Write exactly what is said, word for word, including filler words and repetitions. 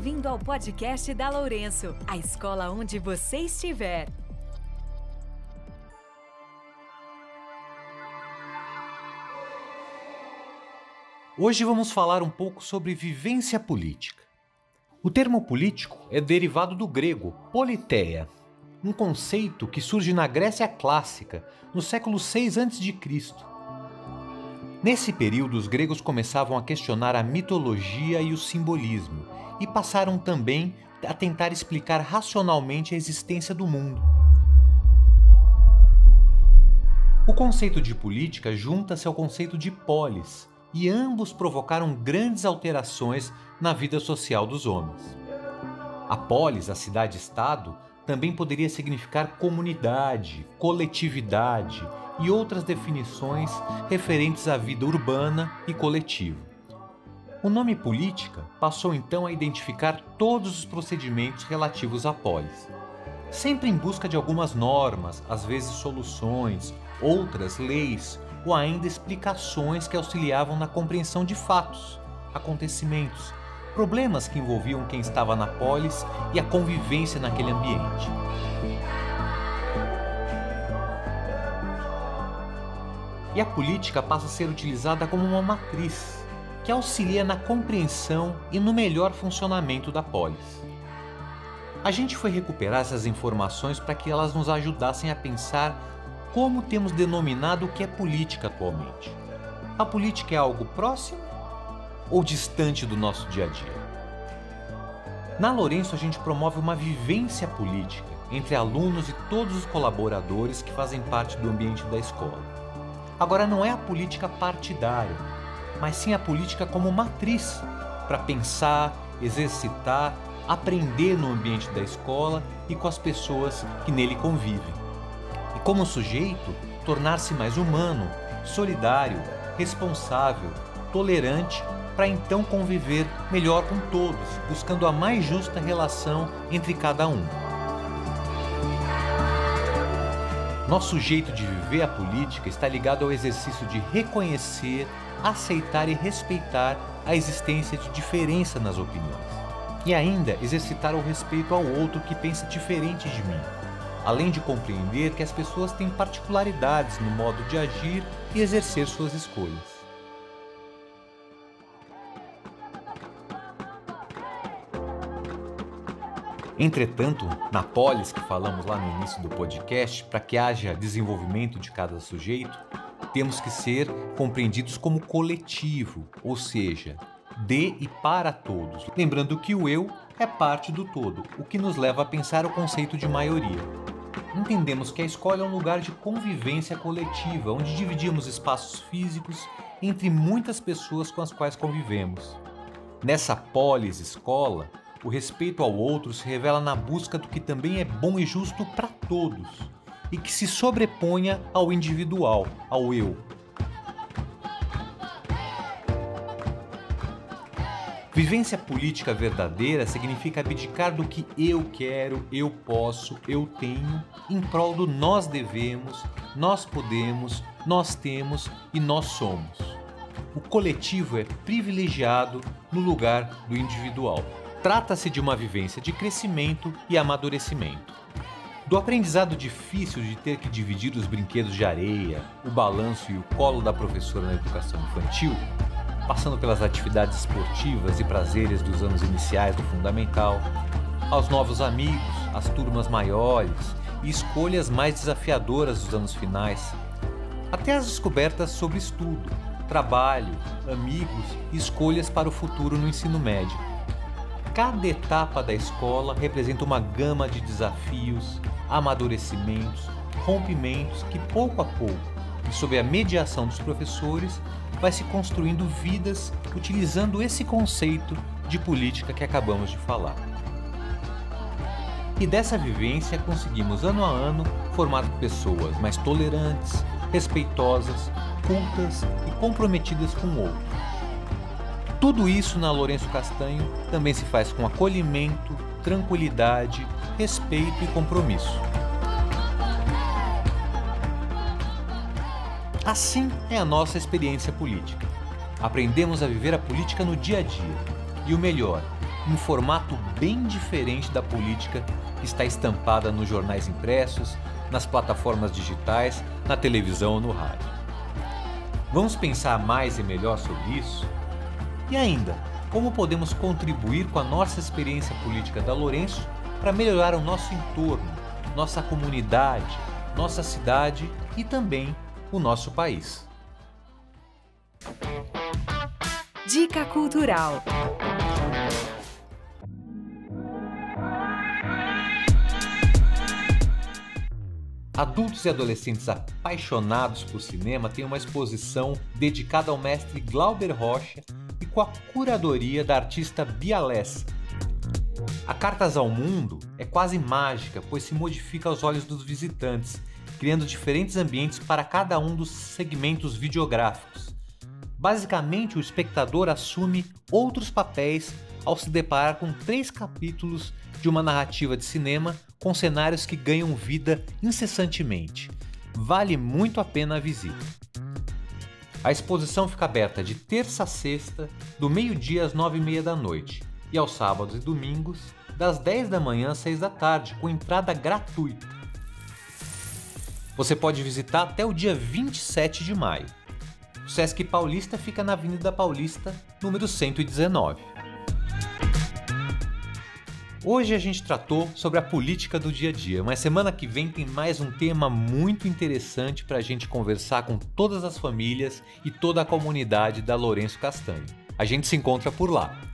Bem-vindo ao podcast da Lourenço, a escola onde você estiver. Hoje vamos falar um pouco sobre vivência política. O termo político é derivado do grego politeia, um conceito que surge na Grécia clássica, no século seis antes de Cristo. Nesse período, os gregos começavam a questionar a mitologia e o simbolismo e passaram também a tentar explicar racionalmente a existência do mundo. O conceito de política junta-se ao conceito de polis, e ambos provocaram grandes alterações na vida social dos homens. A polis, a cidade-estado, também poderia significar comunidade, coletividade e outras definições referentes à vida urbana e coletiva. O nome política passou então a identificar todos os procedimentos relativos à polis, sempre em busca de algumas normas, às vezes soluções, outras leis ou ainda explicações que auxiliavam na compreensão de fatos, acontecimentos, problemas que envolviam quem estava na polis e a convivência naquele ambiente. E a política passa a ser utilizada como uma matriz que auxilia na compreensão e no melhor funcionamento da polis. A gente foi recuperar essas informações para que elas nos ajudassem a pensar como temos denominado o que é política atualmente. A política é algo próximo ou distante do nosso dia a dia? Na Lourenço, a gente promove uma vivência política entre alunos e todos os colaboradores que fazem parte do ambiente da escola. Agora, não é a política partidária, mas sim a política como matriz para pensar, exercitar, aprender no ambiente da escola e com as pessoas que nele convivem. E como sujeito, tornar-se mais humano, solidário, responsável, tolerante, para então conviver melhor com todos, buscando a mais justa relação entre cada um. Nosso jeito de viver a política está ligado ao exercício de reconhecer, aceitar e respeitar a existência de diferença nas opiniões. E ainda exercitar o respeito ao outro que pensa diferente de mim, além de compreender que as pessoas têm particularidades no modo de agir e exercer suas escolhas. Entretanto, na polis que falamos lá no início do podcast, para que haja desenvolvimento de cada sujeito, temos que ser compreendidos como coletivo, ou seja, de e para todos. Lembrando que o eu é parte do todo, o que nos leva a pensar o conceito de maioria. Entendemos que a escola é um lugar de convivência coletiva, onde dividimos espaços físicos entre muitas pessoas com as quais convivemos. Nessa polis escola, o respeito ao outro se revela na busca do que também é bom e justo para todos e que se sobreponha ao individual, ao eu. Vivência política verdadeira significa abdicar do que eu quero, eu posso, eu tenho, em prol do nós devemos, nós podemos, nós temos e nós somos. O coletivo é privilegiado no lugar do individual. Trata-se de uma vivência de crescimento e amadurecimento. Do aprendizado difícil de ter que dividir os brinquedos de areia, o balanço e o colo da professora na educação infantil, passando pelas atividades esportivas e prazeres dos anos iniciais do fundamental, aos novos amigos, às turmas maiores e escolhas mais desafiadoras dos anos finais, até as descobertas sobre estudo, trabalho, amigos e escolhas para o futuro no ensino médio. Cada etapa da escola representa uma gama de desafios, amadurecimentos, rompimentos que pouco a pouco, e sob a mediação dos professores, vai se construindo vidas utilizando esse conceito de política que acabamos de falar. E dessa vivência conseguimos ano a ano formar pessoas mais tolerantes, respeitosas, cultas e comprometidas com o outro. Tudo isso na Lourenço Castanho também se faz com acolhimento, tranquilidade, respeito e compromisso. Assim é a nossa experiência política. Aprendemos a viver a política no dia a dia. E o melhor, um formato bem diferente da política que está estampada nos jornais impressos, nas plataformas digitais, na televisão ou no rádio. Vamos pensar mais e melhor sobre isso? E ainda, como podemos contribuir com a nossa experiência política da Lourenço para melhorar o nosso entorno, nossa comunidade, nossa cidade e também o nosso país? Dica cultural. Adultos e adolescentes apaixonados por cinema têm uma exposição dedicada ao mestre Glauber Rocha e com a curadoria da artista Bia Lessa. A Cartas ao Mundo é quase mágica, pois se modifica aos olhos dos visitantes, criando diferentes ambientes para cada um dos segmentos videográficos. Basicamente, o espectador assume outros papéis ao se deparar com três capítulos de uma narrativa de cinema com cenários que ganham vida incessantemente. Vale muito a pena a visita. A exposição fica aberta de terça a sexta, do meio-dia às nove e meia da noite, e aos sábados e domingos, das dez da manhã às seis da tarde, com entrada gratuita. Você pode visitar até o dia vinte e sete de maio. O Sesc Paulista fica na Avenida Paulista, número cento e dezenove. Hoje a gente tratou sobre a política do dia a dia, mas semana que vem tem mais um tema muito interessante para a gente conversar com todas as famílias e toda a comunidade da Lourenço Castanho. A gente se encontra por lá.